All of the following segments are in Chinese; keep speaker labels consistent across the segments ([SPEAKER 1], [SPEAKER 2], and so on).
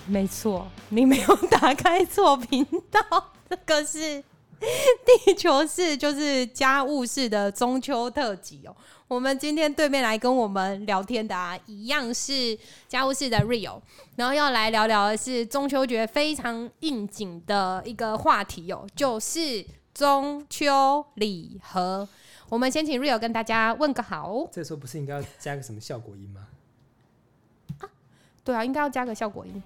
[SPEAKER 1] 没错，你没有打开错频道，这个是地球式，就是家务式的中秋特辑哦。我们今天对面来跟我们聊天的一样是家务式的 Rio， 然后要来聊聊的是中秋节非常应景的一个话题哦，就是中秋礼盒。我们先请 Rio 跟大家问个好。
[SPEAKER 2] 这时候不是应该要加个什么效果音吗？
[SPEAKER 1] 对啊，应该要加个效果音。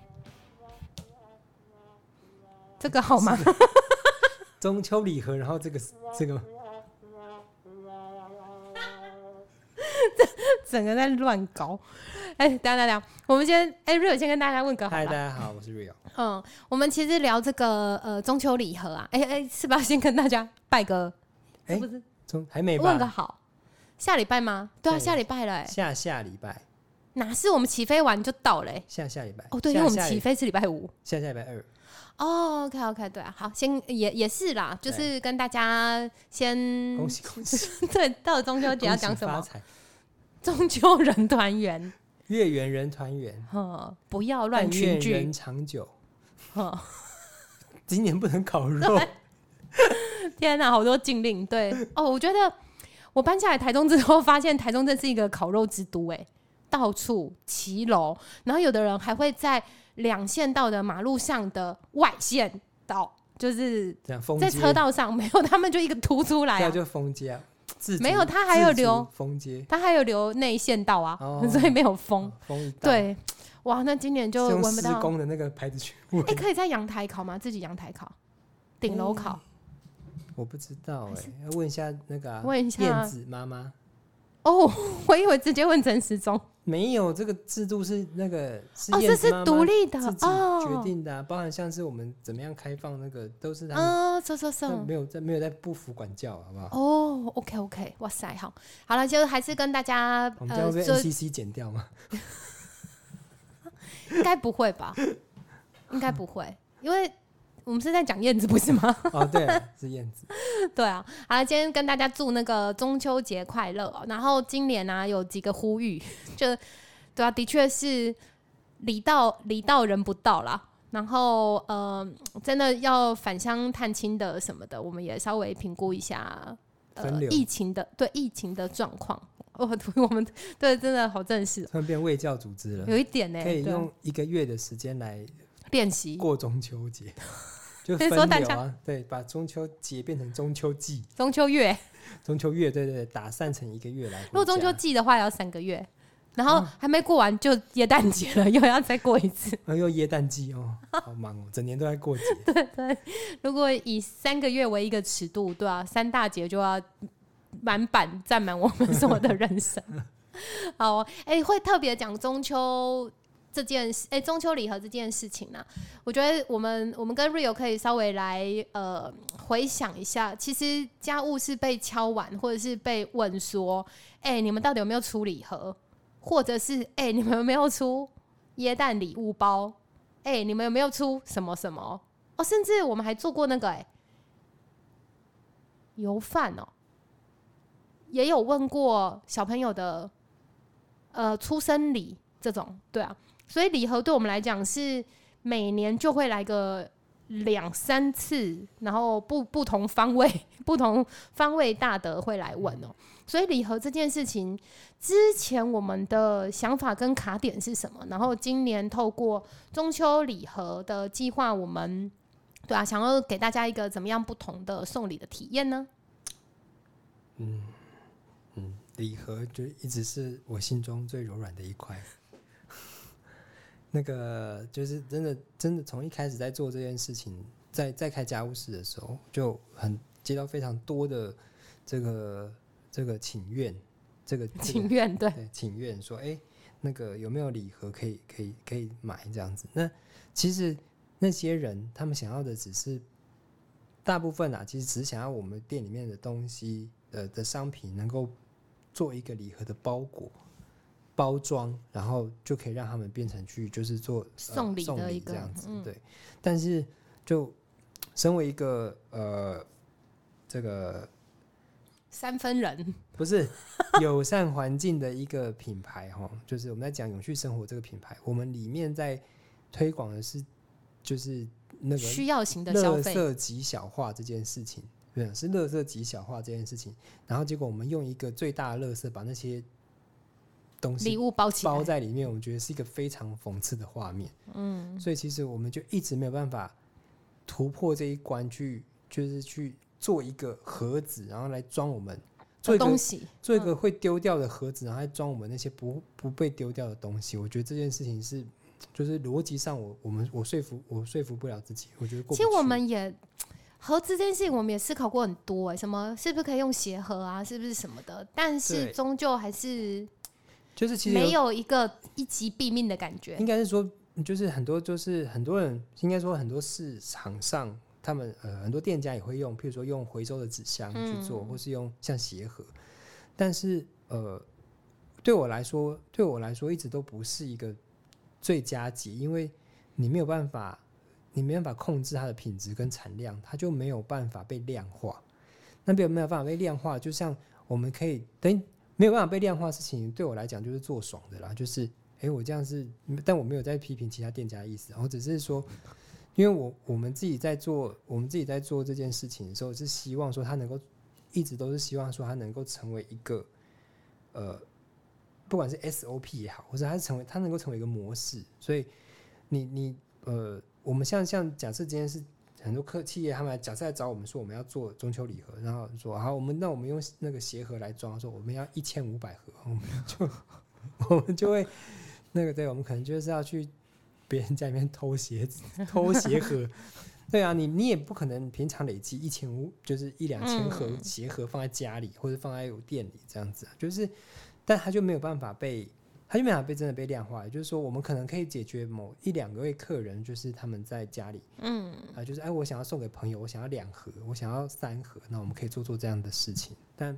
[SPEAKER 1] 这个好吗？
[SPEAKER 2] 中秋礼盒，然后这个
[SPEAKER 1] 整个在乱搞。等一下，我们先Rio 先跟大家问个好。
[SPEAKER 2] 嗨，大家好，我是 Rio。
[SPEAKER 1] 我们其实聊这个中秋礼盒啊，是不是要先跟大家拜个？是不是？
[SPEAKER 2] 还没吧？
[SPEAKER 1] 问个好。下礼拜吗？对啊，下礼拜了。
[SPEAKER 2] 下礼拜。
[SPEAKER 1] 哪是我们起飞完就到了？
[SPEAKER 2] 下礼拜。
[SPEAKER 1] 哦，对，因为我们起飞是礼拜五。
[SPEAKER 2] 下礼拜2。
[SPEAKER 1] 哦 ，OK， 对啊，好，先也是啦，就是跟大家先
[SPEAKER 2] 恭喜恭喜。
[SPEAKER 1] 对，到了中秋节要讲什么？
[SPEAKER 2] 发财。
[SPEAKER 1] 中秋人团圆，
[SPEAKER 2] 月圆人团圆，
[SPEAKER 1] 不要乱群聚，
[SPEAKER 2] 但愿人长久。今年不能烤肉。
[SPEAKER 1] 天哪，好多禁令。对哦，我觉得我搬下来台中之后，发现台中真是一个烤肉之都，到处骑楼，然后有的人还会在2线道的马路上的外线道，就是在车道上没有，他们就一个凸出来
[SPEAKER 2] 对，就封街啊。
[SPEAKER 1] 没有，他还有留
[SPEAKER 2] 封街，
[SPEAKER 1] 他还有留内线道啊，所以没有封。
[SPEAKER 2] 封一道。
[SPEAKER 1] 对，哇，那今年就闻不到
[SPEAKER 2] 施工的那个牌子去闻。
[SPEAKER 1] 可以在阳台烤吗？自己阳台烤，顶楼烤？
[SPEAKER 2] 我不知道要问一下那个
[SPEAKER 1] 问一下
[SPEAKER 2] 燕子妈妈。
[SPEAKER 1] 哦，我以为直接问陈时中。没
[SPEAKER 2] 有，这个制度是那个是
[SPEAKER 1] 这是独立的
[SPEAKER 2] 自己决定的包含像是我们怎么样开放那个都是他们没有在不服管教，好不好？
[SPEAKER 1] 哦 ，OK， 哇塞，好了，就还是跟大家
[SPEAKER 2] 我们这样会被 NCC 剪掉吗？
[SPEAKER 1] 应该不会吧？应该不会，因为我们是在讲燕子，不是吗？
[SPEAKER 2] 哦，对，是燕子。
[SPEAKER 1] 对啊，好了，今天跟大家祝那个中秋节快乐然后今年有几个呼吁，就对啊，的确是礼到人不到啦。然后真的要返乡探亲的什么的，我们也稍微评估一下疫情的状况。我们对真的好正式，
[SPEAKER 2] 突然变卫教组织了，
[SPEAKER 1] 有一点
[SPEAKER 2] 可以用1个月的时间来
[SPEAKER 1] 练习
[SPEAKER 2] 过中秋节。就分流啊，对，把中秋节变成中秋季、
[SPEAKER 1] 中秋月、
[SPEAKER 2] 对，打散成1个月来。
[SPEAKER 1] 如果中秋季的话要3个月，然后还没过完就耶诞节了，又要再过一次。
[SPEAKER 2] 又耶诞季好忙整年都在过节。
[SPEAKER 1] 对，如果以3个月为一个尺度，对啊，3大节就要满版占满我们所有的人生。好，会特别讲中秋这件事，中秋礼盒这件事情呢，我觉得我们跟 Rio 可以稍微来回想一下，其实家务是被敲碗，或者是被问说，你们到底有没有出礼盒，或者是你们有没有出耶诞礼物包，你们有没有出什么什么甚至我们还做过那个油饭也有问过小朋友的出生礼这种，对啊。所以礼盒对我们来讲是每年就会来个2-3次，然后不同方位大的会来问所以礼盒这件事情，之前我们的想法跟卡点是什么？然后今年透过中秋礼盒的计划，我们对啊，想要给大家一个怎么样不同的送礼的体验呢？
[SPEAKER 2] 礼盒就一直是我心中最柔软的一块。那个就是真的从一开始在做这件事情，在开家务事的时候，就接到非常多的这个请愿，请愿对请愿说，那个有没有礼盒可以买这样子？那其实那些人他们想要的只是大部分其实只是想要我们店里面的东西的商品能够做一个礼盒的包装，然后就可以让他们变成去就是做
[SPEAKER 1] 送礼的一个
[SPEAKER 2] 这样子，对。但是就身为一个这个
[SPEAKER 1] 3分人
[SPEAKER 2] 不是友善环境的一个品牌就是我们在讲永续生活这个品牌，我们里面在推广的是就是那个
[SPEAKER 1] 需要型的消费，
[SPEAKER 2] 垃圾极小化这件事情，对，是垃圾极小化这件事情。然后结果我们用一个最大的垃圾把那些东西
[SPEAKER 1] 礼物包起来，
[SPEAKER 2] 包在里面，我们觉得是一个非常讽刺的画面。所以其实我们就一直没有办法突破这一关就是去做一个盒子，然后来装我们做一个
[SPEAKER 1] 东西，
[SPEAKER 2] 做一个会丢掉的盒子，然后来装我们那些不被丢掉的东西。我觉得这件事情是，就是逻辑上我说服不了自己，我觉得过不去。
[SPEAKER 1] 其实我们也盒子这件事情，我们也思考过很多，什么是不是可以用鞋盒啊，是不是什么的，但是终究还是
[SPEAKER 2] 就是其实
[SPEAKER 1] 没有一个一击毙命的感觉。
[SPEAKER 2] 应该是说，就是很多人应该说很多市场上。他们很多店家也会用，譬如说用回收的纸箱去做，或是用像鞋盒。但是对我来说一直都不是一个最佳解，因为你没有办法控制它的品质跟产量，它就没有办法被量化。那没有办法被量化，就像我们可以没有办法被量化的事情，对我来讲就是做爽的啦，就是我这样是，但我没有在批评其他店家的意思，我只是说。因为我们自己在做这件事情的时候，是希望说它能够一直都是希望说它能够成为一个不管是 SOP 也好，或者它能够成为一个模式。所以我们像假设今天是很多企业他们假设来找我们说我们要做中秋礼盒，然后说好我们用那个鞋盒来装，说我们要1500盒，我们就会那个对，我们可能就是要去。别人家里面偷鞋子、偷鞋盒，对啊，你也不可能平常累积1500，就是1-2000盒鞋盒放在家里，或者放在店里这样子，就是，但他就没有办法被真的被量化。也就是说，我们可能可以解决某1-2位客人，就是他们在家里，就是我想要送给朋友，我想要2盒，我想要3盒，那我们可以做这样的事情，但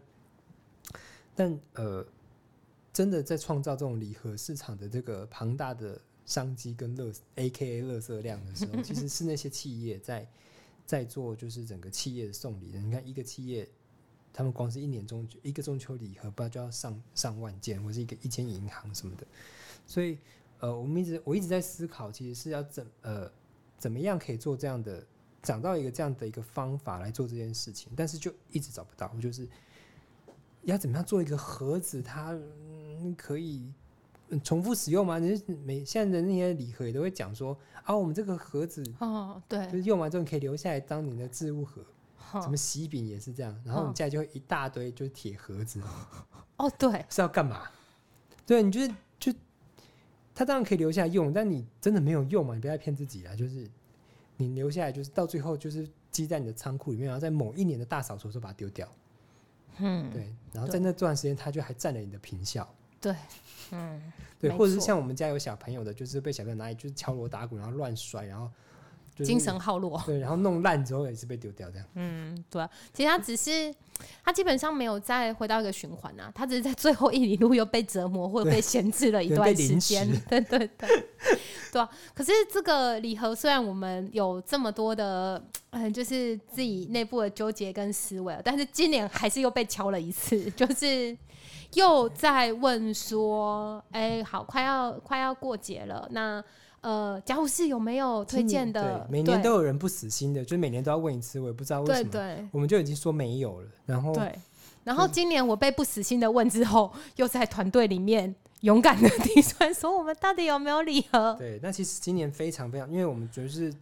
[SPEAKER 2] 真的在创造这种礼盒市场的这个庞大的。商机跟AKA 垃圾量的时候，其实是那些企业在做，就是整个企业的送礼的。你看一个企业，他们光是一个中秋礼盒，不知道就要上万件，或是一间银行什么的。所以我一直在思考，其实是要怎么样可以做这样的，找到一个这样的一个方法来做这件事情，但是就一直找不到，就是要怎么样做一个盒子，它可以。重复使用吗？现在的那些礼盒也都会讲说我们这个盒子
[SPEAKER 1] 对，
[SPEAKER 2] 就是用完之后你可以留下来当你的置物盒。什么喜饼也是这样，然后你家里就会一大堆就是铁盒子。
[SPEAKER 1] 对，
[SPEAKER 2] 是要干嘛？对，你就它当然可以留下来用，但你真的没有用嘛？你不要骗自己啦，就是你留下来，就是到最后就是积在你的仓库里面，然后在某一年的大扫除的时候把它丢掉。对，然后在那段时间它就还占了你的坪效。
[SPEAKER 1] 对，
[SPEAKER 2] 对，或者是像我们家有小朋友的，就是被小朋友拿来就是敲锣打鼓，然后乱摔，然后、就是、
[SPEAKER 1] 精神耗弱，
[SPEAKER 2] 对，然后弄烂之后也是被丢掉这样。
[SPEAKER 1] 对啊，其实他基本上没有再回到一个循环啊，他只是在最后1里路又被折磨或者被闲置了一段时间。对啊。可是这个礼盒虽然我们有这么多的就是自己内部的纠结跟思维，但是今年还是又被敲了一次，就是又在问说好，快要过节了，那家务事有没有推荐的？
[SPEAKER 2] 每年都有人不死心的，就是每年都要问一次，我也不知道为什么。
[SPEAKER 1] 对，
[SPEAKER 2] 我们就已经说没有了，
[SPEAKER 1] 然后今年我被不死心的问之后，又在团队里面勇敢的提出来说，我们到底有没有礼盒？
[SPEAKER 2] 对，那其实今年非常非常，因为我们就是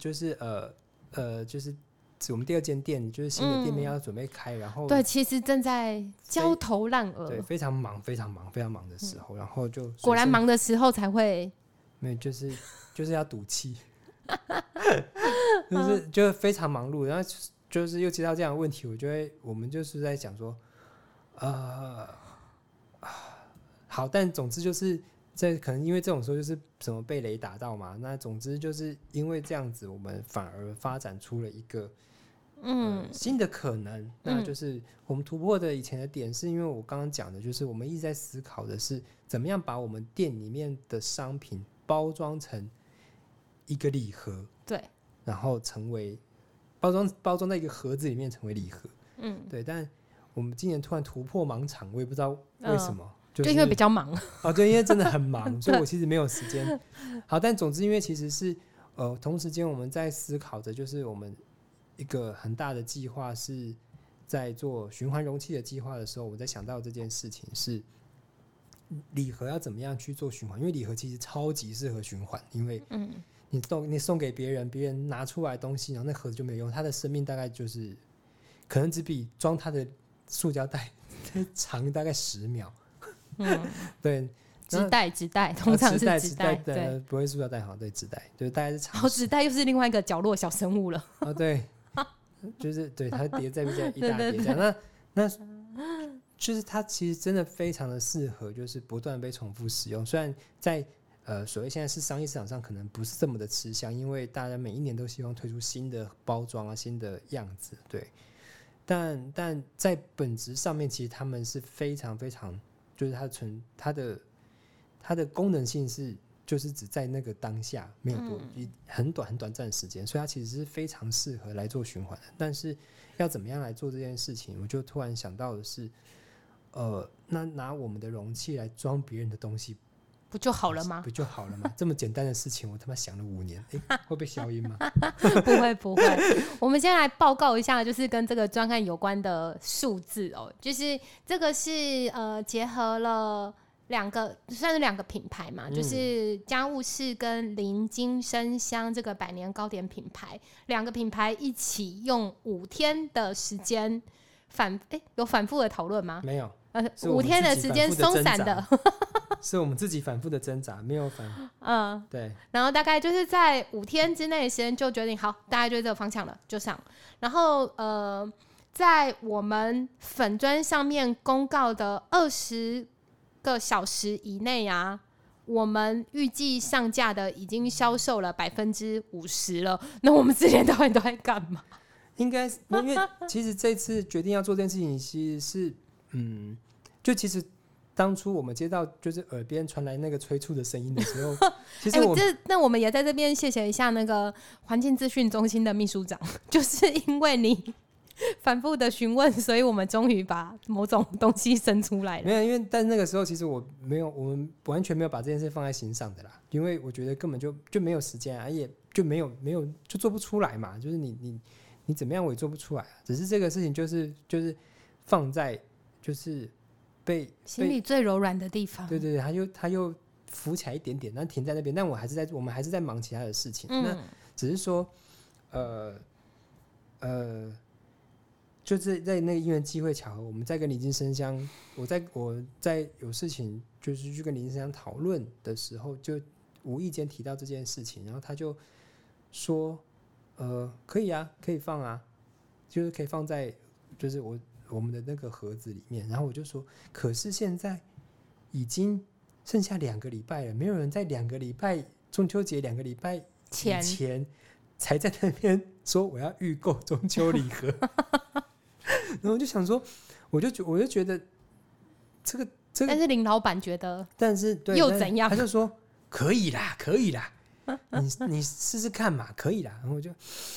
[SPEAKER 2] 我们第2间店就是新的店面要准备开，然后
[SPEAKER 1] 对，其实正在焦头烂额，
[SPEAKER 2] 对，非常忙的时候，然后就
[SPEAKER 1] 果然忙的时候才会
[SPEAKER 2] 没有，就是要赌气，就是非常忙碌，然后就是又接到这样的问题，我们就是在讲说，好，但总之就是可能因为这种时候就是什么被雷打到嘛，那总之就是因为这样子，我们反而发展出了一个新的可能，那就是我们突破的以前的点，是因为我刚刚讲的，就是我们一直在思考的是怎么样把我们店里面的商品包装成一个礼盒，
[SPEAKER 1] 对，
[SPEAKER 2] 然后成为包装在一个盒子里面成为礼盒，对。但我们今年突然突破盲场，我也不知道为什么，就
[SPEAKER 1] 因为比较忙
[SPEAKER 2] 对，因为真的很忙，所以我其实没有时间。好，但总之因为其实是同时间我们在思考着，就是我们一个很大的计划是在做循环容器的计划的时候，我在想到这件事情是礼盒要怎么样去做循环，因为礼盒其实超级适合循环，因为你送给别人，别人拿出来东西，然后那盒子就没有用，它的生命大概就是可能只比装它的塑胶袋长大概10秒。对，
[SPEAKER 1] 纸袋通常是纸袋，
[SPEAKER 2] 对，不会塑料袋，好，对，纸袋，就是大概是长。
[SPEAKER 1] 然后纸袋又是另外一个角落小生物了。
[SPEAKER 2] 对，就是对它叠在一大叠这样。那就是它其实真的非常的适合，就是不断被重复使用。虽然在所谓现在是商业市场上可能不是这么的吃香，因为大家每一年都希望推出新的包装啊、新的样子，对。但在本质上面，其实他们是非常非常。就是它的功能性是就是只在那个当下没有多很短暂的时间，所以它其实是非常适合来做循环的。但是要怎么样来做这件事情，我就突然想到的是，那拿我们的容器来装别人的东西，
[SPEAKER 1] 不就好了吗？
[SPEAKER 2] 不就好了吗？这么简单的事情，我他妈想了5年，会被消音吗？
[SPEAKER 1] 不会。我们先来报告一下，就是跟这个专案有关的数字哦。就是这个是结合了算是两个品牌嘛，就是家务事跟林金生香这个100年糕点品牌，两个品牌一起用5天的时间有反复的讨论吗？
[SPEAKER 2] 没有
[SPEAKER 1] ，5天的时间松散的。
[SPEAKER 2] 是我们自己反复的挣扎，没有对。
[SPEAKER 1] 然后大概就是在5天之内的时间就决定好，大概就是这个方向了，就上。然后在我们粉专上面公告的20个小时以内啊，我们预计上架的已经销售了50%了。那我们之前到底都在干嘛？
[SPEAKER 2] 应该因为其实这次决定要做这件事情，其实是就其实。当初我们接到就是耳边传来那个催促的声音的时候，其实
[SPEAKER 1] 那我们也在这边谢谢一下那个环境资讯中心的秘书长，就是因为你反复的询问，所以我们终于把某种东西生出来了。
[SPEAKER 2] 没有，因为但那个时候其实我们完全没有把这件事放在心上的啦，因为我觉得根本就没有时间啊，也就没有就做不出来嘛，就是你怎么样我也做不出来啊，只是这个事情就是放在就是
[SPEAKER 1] 心里最柔软的地方，
[SPEAKER 2] 对，他又浮起来一点点，但停在那边。但我们还是在忙其他的事情。那只是说，就是在那个因缘机会巧合，我们在跟林金生香，我在有事情就是去跟林金生香讨论的时候，就无意间提到这件事情，然后他就说，可以啊，可以放啊，就是可以放在就是我们的那个盒子里面，然后我就说，可是现在已经剩下2个礼拜了，没有人在2个礼拜中秋节2个礼拜前才在那边说我要预购中秋礼盒，然后我就想说，我就觉得这个，
[SPEAKER 1] 但是林老板觉得，
[SPEAKER 2] 但是对
[SPEAKER 1] 又怎样？
[SPEAKER 2] 他就说可以啦，你试试看嘛，可以啦，然后我就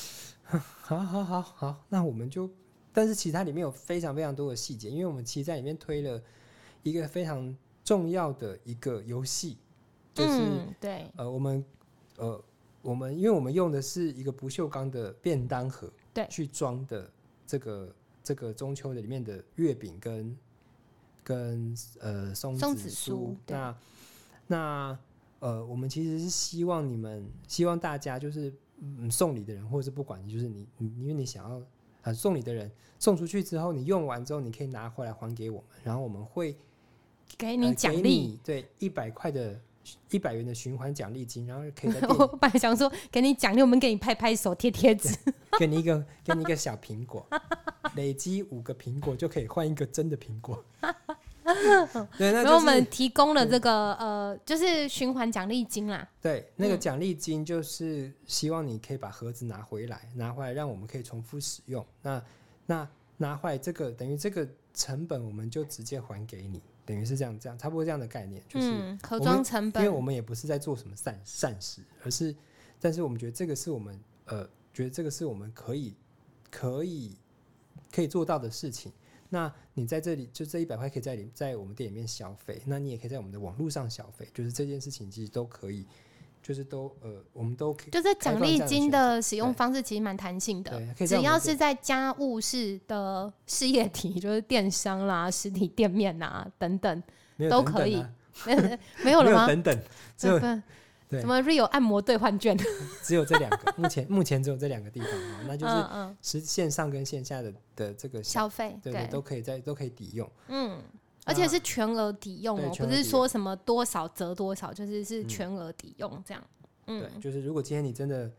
[SPEAKER 2] 好，那我们就。但是其实它里面有非常非常多的细节，因为我们其实在里面推了一个非常重要的一个游戏，就是
[SPEAKER 1] 对，
[SPEAKER 2] 我们因为我们用的是一个不锈钢的便当盒，
[SPEAKER 1] 对，
[SPEAKER 2] 去装的这个中秋的里面的月饼跟松子酥，那我们其实是希望大家就是送礼的人，或者是不管你就是你因为你想要。送礼的人送出去之后，你用完之后，你可以拿回来还给我们，然后我们会
[SPEAKER 1] 给你奖励，
[SPEAKER 2] 对，100元的循环奖励金，然后可以在
[SPEAKER 1] 我本来想说给你奖励，我们给你拍手贴纸，
[SPEAKER 2] 给你一个小苹果，累积5个苹果就可以换一个真的苹果。对，那就是、
[SPEAKER 1] 然后我们提供了这个就是循环奖励金啦。
[SPEAKER 2] 对，那个奖励金就是希望你可以把盒子拿回来让我们可以重复使用。那拿回来这个等于这个成本我们就直接还给你，等于是这样差不多这样的概念，就是
[SPEAKER 1] 盒装成本。
[SPEAKER 2] 因为我们也不是在做什么善事，但是我们觉得这个是我们觉得这个是我们可以做到的事情。那你在这里就这100块可以在我们店里面消费，那你也可以在我们的网络上消费，就是这件事情其实都可以就是我们都可以，
[SPEAKER 1] 就是奖励金
[SPEAKER 2] 的
[SPEAKER 1] 的使用方式其实蛮弹性的，
[SPEAKER 2] 对，
[SPEAKER 1] 只要是在家务事的事业体，就是电商啦、实体店面啊等等，都可以。没有了吗？
[SPEAKER 2] 没有等等，只有对
[SPEAKER 1] 什么 Rio 按摩兑换券，
[SPEAKER 2] 只有这2个，目前只有这2个地方，那就是线上跟线下的这个
[SPEAKER 1] 消费，
[SPEAKER 2] 对，都可以抵用，
[SPEAKER 1] 而且是全额抵用哦，不是说什么多少折多少，就是全额抵用这样。
[SPEAKER 2] 对，就是如果今天你真的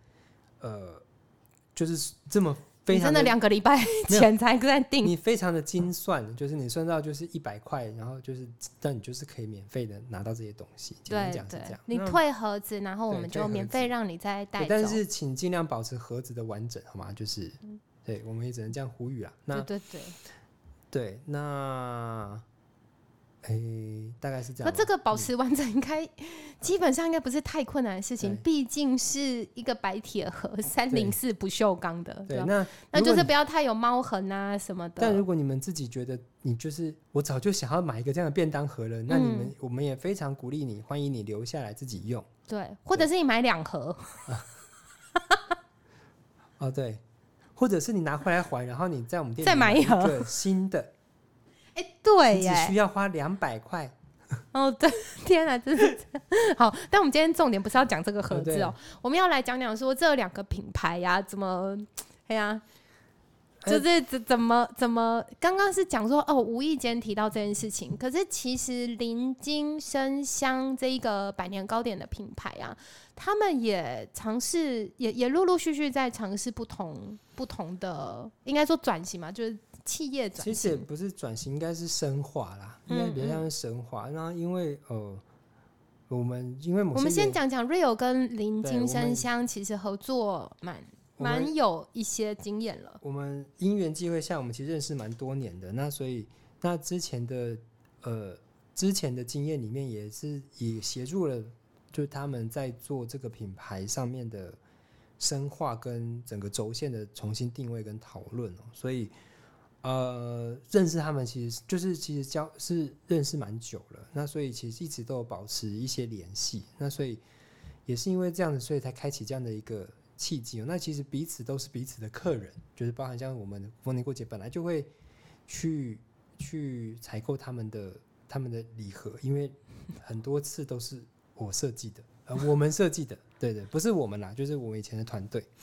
[SPEAKER 2] 就是这么非常
[SPEAKER 1] 真的2个礼拜前才在订，
[SPEAKER 2] 你非常的精算，就是你算到就是100块，然后就是但你就是可以免费的拿到这些东西。简单讲是这样，
[SPEAKER 1] 你退盒子，然后我们就免费让你再带走。
[SPEAKER 2] 但是请尽量保持盒子的完整，好吗？就是对，我们也只能这样呼吁啦。那对，那。大概是这样。
[SPEAKER 1] 那这个保持完整基本上应该不是太困难的事情，毕竟是一个白铁盒304不锈钢的，
[SPEAKER 2] 对，
[SPEAKER 1] 那就是不要太有猫痕啊什么的。
[SPEAKER 2] 但如果你们自己觉得你就是我早就想要买一个这样的便当盒了，那我们也非常鼓励你，欢迎你留下来自己用。
[SPEAKER 1] 对，或者是你买2盒。
[SPEAKER 2] 哦，对，或者是你拿回来还，然后你在我们店里
[SPEAKER 1] 再买一
[SPEAKER 2] 盒新的。
[SPEAKER 1] 对耶，
[SPEAKER 2] 只需要花200块。
[SPEAKER 1] 哦，对，天哪，真是好。但我们今天重点不是要讲这个盒子哦，我们要来讲讲说这2个品牌呀，怎么，就是怎么，刚刚是讲说无意间提到这件事情，可是其实林金生香这一个百年糕点的品牌啊，他们也尝试，也陆陆续续在尝试不同的，应该说转型嘛，就是企业转型。
[SPEAKER 2] 其实也不是转型，应该是深化啦，应该比较像是深化。那因为我们先
[SPEAKER 1] 讲讲 Rio 跟林金生香其实合作蛮有一些经验了。
[SPEAKER 2] 我们因缘际会下，我们其实认识蛮多年的。那所以那之前的经验里面，也协助了，就是他们在做这个品牌上面的深化跟整个轴线的重新定位跟讨论。所以认识他们其实是认识蛮久了。那所以其实一直都有保持一些联系。那所以也是因为这样子，所以才开启这样的一个契机。那其实彼此都是彼此的客人，就是包含像我们逢年过节本来就会去采购他们的礼盒，因为很多次都是我设计的，我们设计的，对，不是我们啦，就是我们以前的团队。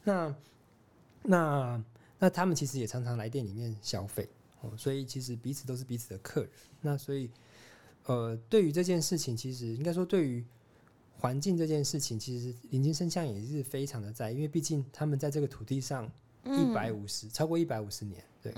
[SPEAKER 2] 那他们其实也常常来店里面消费，所以其实彼此都是彼此的客人。那所以对于这件事情，其实应该说对于环境这件事情，其实林金生香也是非常的在意，因为毕竟他们在这个土地上超过150年，对，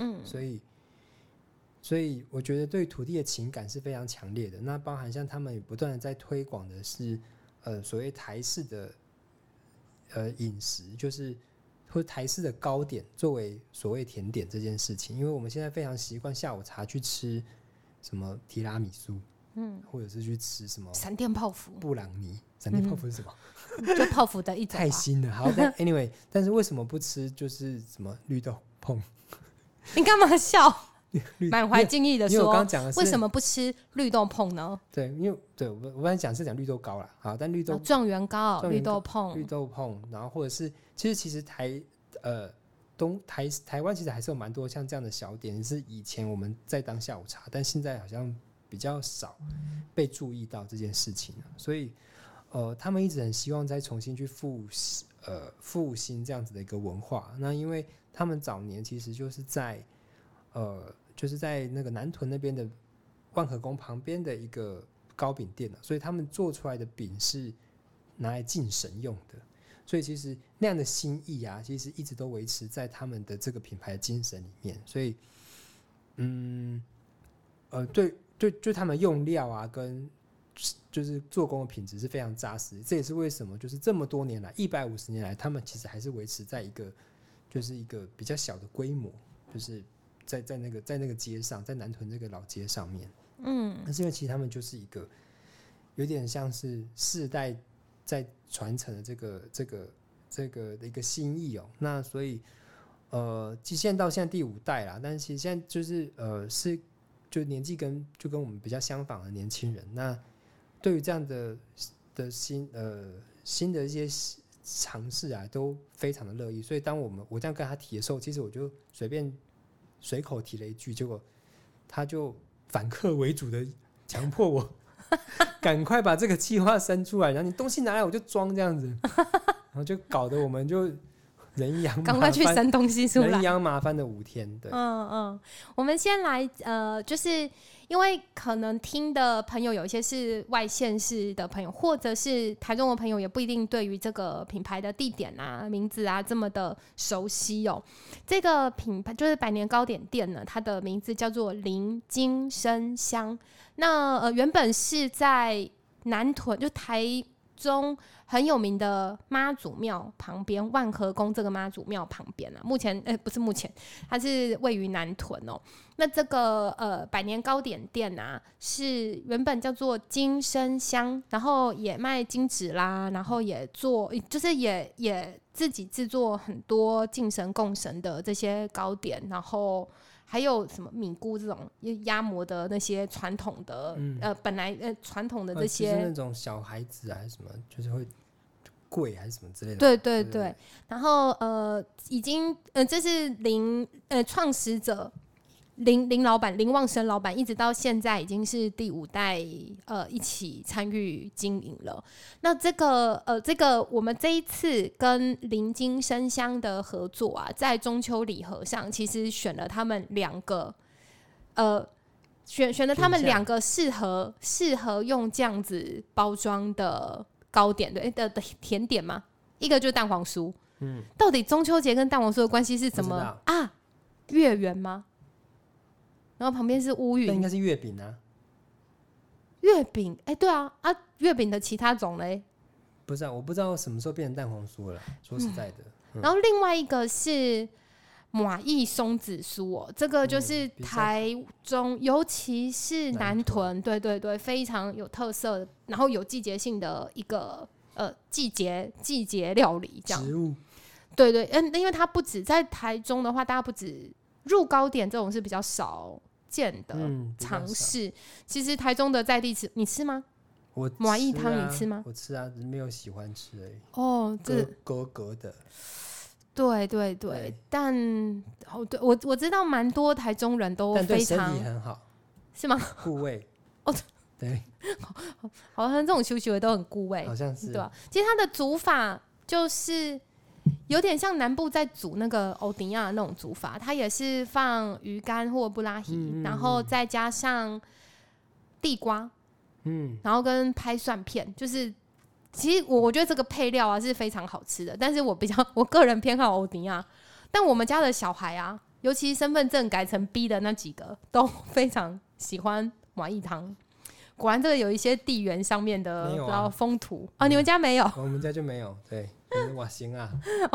[SPEAKER 2] 所以我觉得对土地的情感是非常强烈的。那包含像他们也不断的在推广的是所谓台式的饮食，就是或台式的糕点作为所谓甜点这件事情。因为我们现在非常习惯下午茶去吃什么提拉米苏，或者是去吃什么
[SPEAKER 1] 闪电泡芙、
[SPEAKER 2] 布朗尼。闪电泡芙是什么？
[SPEAKER 1] 就泡芙的一种。
[SPEAKER 2] 太新了。好，但 anyway， 但是为什么不吃就是什么绿豆椪？
[SPEAKER 1] 你干嘛笑？满怀敬意的说，
[SPEAKER 2] 因为我刚刚讲的是
[SPEAKER 1] 为什么不吃绿豆椪呢？
[SPEAKER 2] 对，因为我刚才讲绿豆糕啦，好，但绿豆
[SPEAKER 1] 状元糕、绿豆
[SPEAKER 2] 椪，然后或者是其实台湾其实还是有蛮多像这样的小点，是以前我们在当下午茶，但现在好像比较少被注意到这件事情，所以他们一直很希望再重新去复兴这样子的一个文化。那因为他们早年其实就是在那个南屯那边的万和宫旁边的一个糕饼店，所以他们做出来的饼是拿来敬神用的。所以其实那样的心意啊，其实一直都维持在他们的这个品牌的精神里面。所以就他们用料啊跟就是做工的品质是非常扎实，这也是为什么就是这么多年来150年来，他们其实还是维持在一个比较小的规模，就是在那个街上，在南屯这个老街上面。但是因为其实他们就是一个有点像是世代在传承的这个的一个心意。那所以现在到现在第5代啦，但是其实现在就是就年纪跟我们比较相仿的年轻人，那对于这样的新的一些尝试啊，都非常的乐意。所以当我这样跟他提的时候，其实我就随口提了一句，结果他就反客为主的强迫我赶快把这个计划生出来，然后你东西拿来我就装这样子，然后就搞得我们就人仰马翻，
[SPEAKER 1] 赶快去生东西出来，
[SPEAKER 2] 人仰马翻的5天。对，
[SPEAKER 1] 我们先来就是因为可能听的朋友有一些是外县市的朋友，或者是台中的朋友，也不一定对于这个品牌的地点啊、名字啊这么的熟悉哦。这个品牌就是百年糕点店呢，它的名字叫做林金生香。那原本是在南屯，就台中很有名的妈祖庙旁边，万和宫这个妈祖庙旁边啊，不是目前，它是位于南屯哦。那这个百年糕点店啊，是原本叫做金生香，然后也卖金纸啦，然后也做，就是也自己制作很多敬神供神的这些糕点，然后还有什么米菇这种压模的那些传统的，本来传统的这些，
[SPEAKER 2] 就是那种小孩子还是什么，就是会贵还是什么之类的。
[SPEAKER 1] 对对对。然后已经这是创始者林老板林旺生老板，一直到现在已经是第5代一起参与经营了。那这个我们这一次跟林金生香的合作啊，在中秋礼盒上其实选了他们2个选了他们2个适合用这样子包装的糕点的甜点吗？一个就是蛋黄酥。到底中秋节跟蛋黄酥的关系是什么啊？月圆吗？然后旁边是乌云，
[SPEAKER 2] 那应该是月饼啊。
[SPEAKER 1] 月饼，对啊，月饼的其他种嘞？
[SPEAKER 2] 不是啊，我不知道什么时候变成蛋黄酥了。说实在的，
[SPEAKER 1] 然后另外一个是麻薏松子酥哦，这个就是台中，尤其是南屯，对对对，非常有特色，然后有季节性的一个季节料理这样。
[SPEAKER 2] 植物，
[SPEAKER 1] 对对，因为它不止在台中的话，大家不止入糕点这种是比较少见的尝试。其实台中的在地你吃吗？麻薏汤你吃吗？
[SPEAKER 2] 我吃啊，只是没有喜欢吃而已。
[SPEAKER 1] 哦，这
[SPEAKER 2] 格的。
[SPEAKER 1] 对对对，但对我知道蛮多台中人都非常，
[SPEAKER 2] 但对身体很好，
[SPEAKER 1] 是吗？
[SPEAKER 2] 顾胃。对，
[SPEAKER 1] 好像这种休息的都很顾胃，
[SPEAKER 2] 好像是
[SPEAKER 1] 对吧？其实它的煮法就是有点像南部在煮那个欧迪亚那种煮法，它也是放鱼干或布拉提，然后再加上地瓜，然后跟拍蒜片，就是其实我觉得这个配料啊是非常好吃的，但是我个人偏好欧迪亚，但我们家的小孩啊，尤其身份证改成 B 的那几个，都非常喜欢麻薏汤。果然这个有一些地缘上面的不知道风土啊，你们家没有？
[SPEAKER 2] 我们家就没有。对，哇，行啊。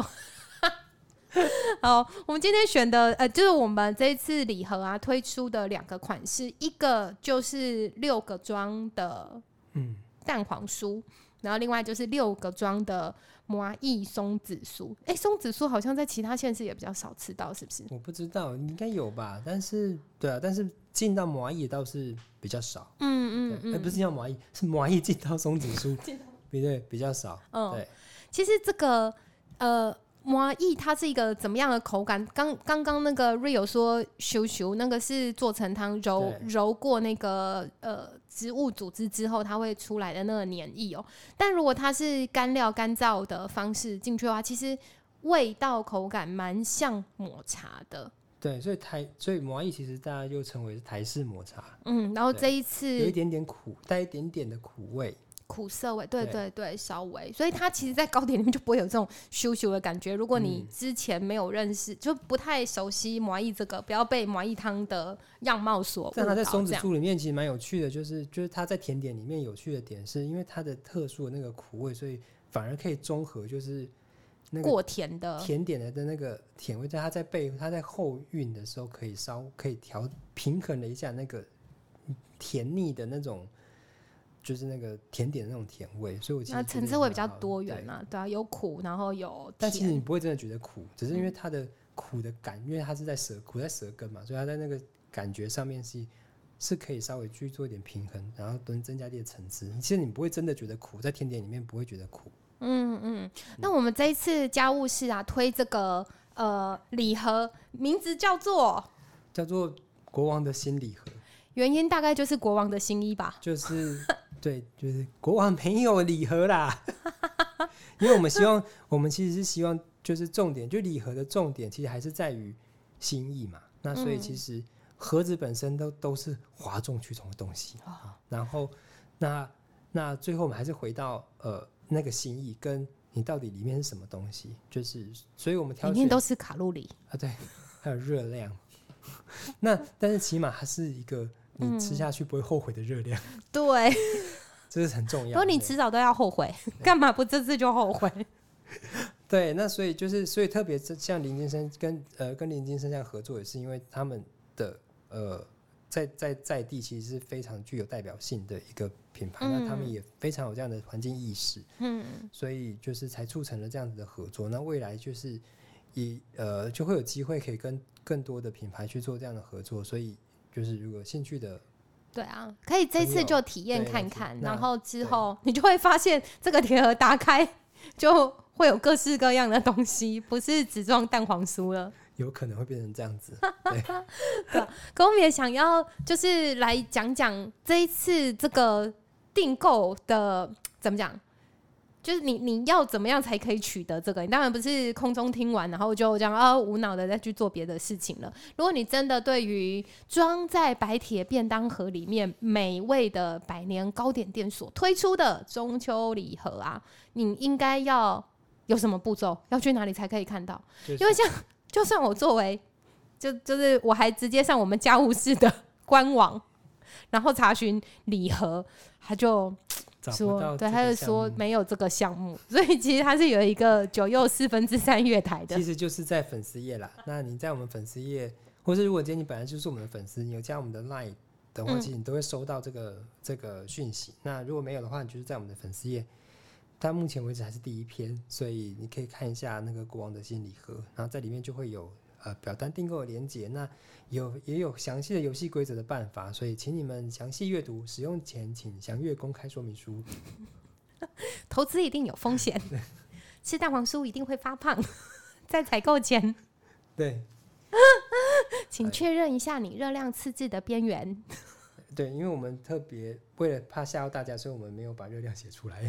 [SPEAKER 1] 好，我们今天选的就是我们这一次礼盒啊推出的2个款式，一个就是6个装的蛋黄酥，然后另外就是6个装的麻薏松子酥。松子酥好像在其他县市也比较少吃到，是不是？
[SPEAKER 2] 我不知道，应该有吧。但是对啊，但是进到麻薏倒是比较少。不是叫麻薏，是麻薏进到松子酥，对，比较少。对，
[SPEAKER 1] 其实这个麻薏它是一个怎么样的口感？刚那个 Rio 说咻咻，那个是做成汤揉过那个植物组织之后，它会出来的那个黏液哦。但如果它是干燥的方式进去的话，其实味道口感蛮像抹茶的。
[SPEAKER 2] 对，所以麻薏其实大家就称为台式抹茶。
[SPEAKER 1] 然后这一次
[SPEAKER 2] 有一点点苦，带一点点的苦味。
[SPEAKER 1] 苦涩味，对对对，稍微，所以它其实，在糕点里面就不会有这种咻咻的感觉。如果你之前没有认识，就不太熟悉麻薏这个，不要被麻薏汤的样貌所误导。
[SPEAKER 2] 但它在松子酥里面其实蛮有趣的，就是它在甜点里面有趣的点是，因为它的特殊的那个苦味，所以反而可以中和，就是那个
[SPEAKER 1] 过甜的
[SPEAKER 2] 甜点的那个甜味，它在后韵的时候可以调平衡了一下那个甜腻的那种。就是那个甜点的那种甜味，所以我其实
[SPEAKER 1] 层次会比较多元啊，对啊，有苦，然后有甜，
[SPEAKER 2] 但其实你不会真的觉得苦，只是因为它的苦的感，因为它是苦在舌根嘛，所以它在那个感觉上面是可以稍微去做一点平衡，然后增加一点层次。其实你不会真的觉得苦，在甜点里面不会觉得苦。
[SPEAKER 1] 那我们这一次家务事啊，推这个礼盒，名字叫做
[SPEAKER 2] 国王的新礼盒，
[SPEAKER 1] 原因大概就是国王的新衣吧，
[SPEAKER 2] 就是对，就是国王没有礼盒啦。因为我们其实是希望，就是重点，就礼盒的重点其实还是在于心意嘛。那所以其实盒子本身都是哗众取宠的东西，然后那最后我们还是回到那个心意，跟你到底里面是什么东西，就是所以我们挑选
[SPEAKER 1] 里面都是卡路里
[SPEAKER 2] 啊，对，还有热量。那但是起码它是一个你吃下去不会后悔的热量，
[SPEAKER 1] 对，
[SPEAKER 2] 这是很重要的。
[SPEAKER 1] 如果你迟早都要后悔，干嘛不这次就后悔？
[SPEAKER 2] 对，那所以特别像林金生跟林金生这样合作，也是因为他们的在地其实是非常具有代表性的一个品牌，那他们也非常有这样的环境意识，所以就是才促成了这样子的合作。那未来就是就会有机会可以跟更多的品牌去做这样的合作，所以就是如果有兴趣的。
[SPEAKER 1] 对啊，可以这次就体验看看，然后之后你就会发现这个铁盒打开就会有各式各样的东西，不是只装蛋黄酥了，
[SPEAKER 2] 有可能会变成这样子。
[SPEAKER 1] 对，可我们也想要就是来讲讲这一次这个订购的怎么讲，就是你要怎么样才可以取得这个？你当然不是空中听完然后就这样无脑的再去做别的事情了。如果你真的对于装在白铁便当盒里面美味的百年糕点店所推出的中秋礼盒啊，你应该要有什么步骤？要去哪里才可以看到？因为像就算我作为就是我还直接上我们家务事的官网，然后查询礼盒，他就说，对，他就说没有这个项目，所以其实他是有一个9又3/4月台的，
[SPEAKER 2] 其实就是在粉丝页啦。那你在我们粉丝页，或是如果今天你本来就是我们的粉丝，你有加我们的 LINE 的话，其实你都会收到这个讯息。那如果没有的话，你就是在我们的粉丝页，它目前为止还是第一篇，所以你可以看一下那个国王的新礼盒，然后在里面就会有表单订购的连结，那也有详细的游戏规则的办法，所以请你们详细阅读，使用前请详阅公开说明书。
[SPEAKER 1] 投资一定有风险，吃蛋黄酥一定会发胖，在采购前，
[SPEAKER 2] 对，
[SPEAKER 1] 请确认一下你热量赤字的边缘。
[SPEAKER 2] 对，因为我们特别为了怕吓到大家，所以我们没有把热量写出来。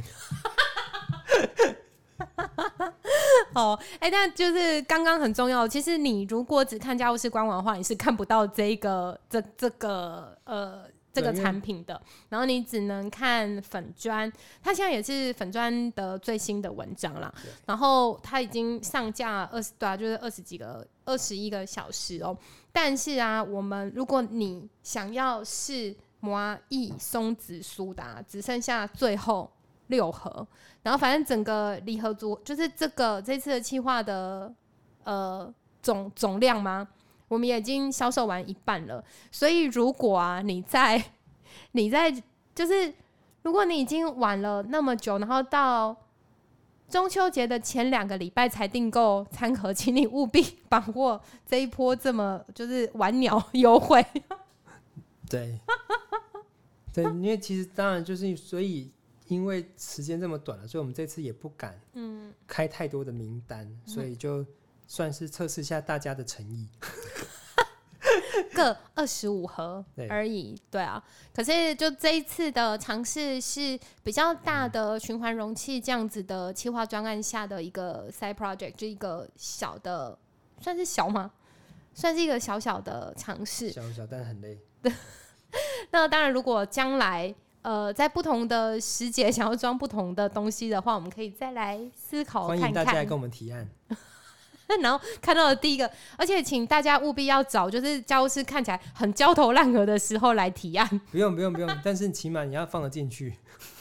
[SPEAKER 1] 哦，但就是刚刚很重要，其实你如果只看家务事官网的话，你是看不到这个产品的，然后你只能看粉专，它现在也是粉专的最新的文章啦，然后它已经上架就是21个小时哦。但是啊，如果你想要试麻薏松子酥的只剩下最后6盒，然后反正整个礼盒组就是这次的企划的总量吗？我们也已经销售完一半了，所以如果啊你在就是如果你已经晚了那么久，然后到中秋节的前2个礼拜才订购餐盒，请你务必把握这一波这么就是晚鸟优惠。
[SPEAKER 2] 对，对，因为其实当然就是所以。因为时间这么短了，所以我们这次也不敢开太多的名单，所以就算是测试一下大家的诚意。
[SPEAKER 1] 各25盒而已，对啊。可是就这一次的尝试是比较大的循环容器这样子的企划专案下的一个 side project， 就一个小的，算是小吗？算是一个小小的尝试，
[SPEAKER 2] 小但很累。
[SPEAKER 1] 那当然，如果将来在不同的时节想要装不同的东西的话，我们可以再来思考看看。
[SPEAKER 2] 欢迎大家来跟我们提案。
[SPEAKER 1] 然后看到的第一个，而且请大家务必要找就是家务事看起来很焦头烂额的时候来提案。
[SPEAKER 2] 不用，但是起码你要放得进去。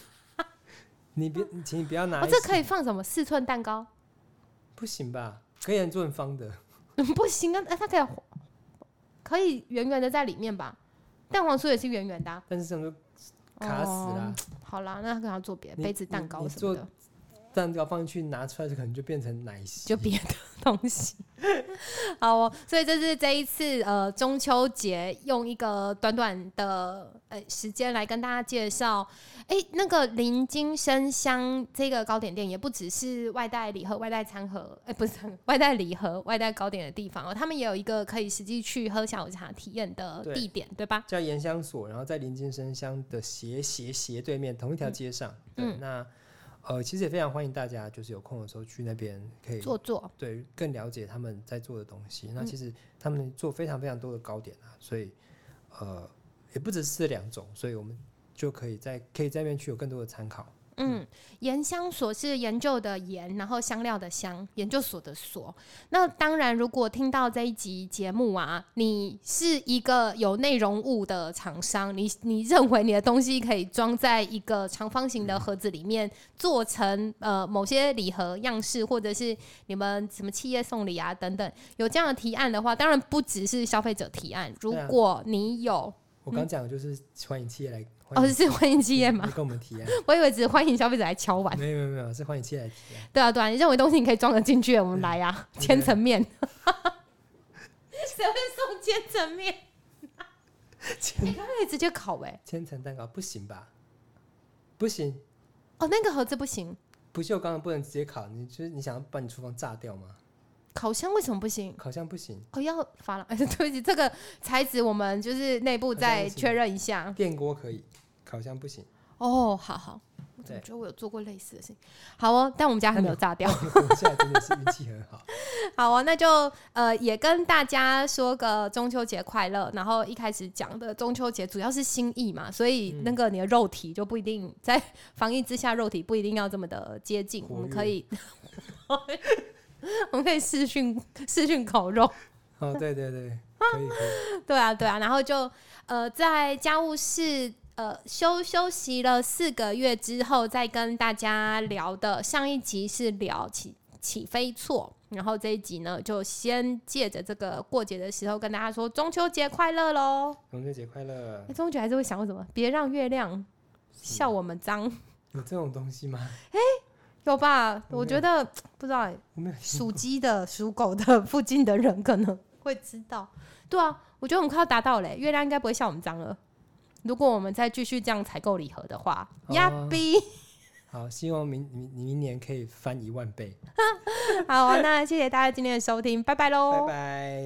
[SPEAKER 2] 请你不要拿。
[SPEAKER 1] 这可以放什么4寸蛋糕？
[SPEAKER 2] 不行吧？可以做成方的。
[SPEAKER 1] 不行啊，它可以圆圆的在里面吧？蛋黄酥也是圆圆的啊。
[SPEAKER 2] 但是这样就卡死啦。
[SPEAKER 1] 好啦，那他可能要做别的杯子蛋糕什么的。
[SPEAKER 2] 蛋糕放进去拿出来就可能就变成奶昔，
[SPEAKER 1] 就别的。 东西。好哦，所以这是这一次中秋节用一个短短的时间来跟大家介绍。那个林金生香这个糕点店也不只是外带礼盒、外带餐盒，不是外带礼盒、外带糕点的地方哦，他们也有一个可以实际去喝下午茶体验的地点， 对吧？
[SPEAKER 2] 叫盐香所，然后在林金生香的斜对面同一条街上。对，那其实也非常欢迎大家，就是有空的时候去那边可以
[SPEAKER 1] 坐，
[SPEAKER 2] 对，更了解他们在做的东西。那其实他们做非常非常多的糕点啊，所以也不只是这2种，所以我们就可以在那边去有更多的参考。
[SPEAKER 1] 研香所是研究的研，然后香料的香，研究所的所。那当然，如果听到这一集节目啊，你是一个有内容物的厂商，你认为你的东西可以装在一个长方形的盒子里面，做成某些礼盒样式，或者是你们什么企业送礼啊等等，有这样的提案的话，当然不只是消费者提案，如果你有，
[SPEAKER 2] 我刚讲的就是欢迎企业来。
[SPEAKER 1] 是欢迎企业吗？
[SPEAKER 2] 跟我们提案，
[SPEAKER 1] 我以为只是欢迎消费者来敲碗。
[SPEAKER 2] 没有，是欢迎企业来提案。
[SPEAKER 1] 对啊，你认为东西你可以装得进去，我们来啊，千层面。谁会送千层面？你刚才直接烤
[SPEAKER 2] 千层蛋糕不行吧？不行
[SPEAKER 1] 哦，那个盒子不行。
[SPEAKER 2] 不锈钢不能直接烤，你想要把你厨房炸掉吗？
[SPEAKER 1] 烤箱为什么不行？
[SPEAKER 2] 烤箱不行
[SPEAKER 1] 要发了。对不起，这个材质我们就是内部再确认一下。
[SPEAKER 2] 电锅可以，烤箱不行。
[SPEAKER 1] 好，我怎么觉得我有做过类似的事情？好哦，但我们家还没有炸掉。
[SPEAKER 2] 我们现在真的是运气很好。
[SPEAKER 1] 好哦，那就也跟大家说个中秋节快乐。然后一开始讲的中秋节主要是心意嘛，所以那个你的肉体就不一定在防疫之下，肉体不一定要这么的接近，我们可以。我们可以视讯烤肉。
[SPEAKER 2] 对，可以。
[SPEAKER 1] 对啊，然后就在家务事休息了4个月之后，再跟大家聊的。上一集是聊起飞错，然后这一集呢，就先借着这个过节的时候跟大家说中秋节快乐咯。
[SPEAKER 2] 中秋节快乐。
[SPEAKER 1] 中秋节还是会想到什么？别让月亮笑我们脏。
[SPEAKER 2] 有这种东西吗？
[SPEAKER 1] 有吧？我觉得不知道属鸡的、属狗的附近的人可能会知道。对啊，我觉得我们快要达到了，月亮应该不会笑我们脏了。如果我们再继续这样采购礼盒的话，呀比。
[SPEAKER 2] 好，希望明年可以翻1万倍。
[SPEAKER 1] 好，那谢谢大家今天的收听，拜拜喽，
[SPEAKER 2] 拜拜。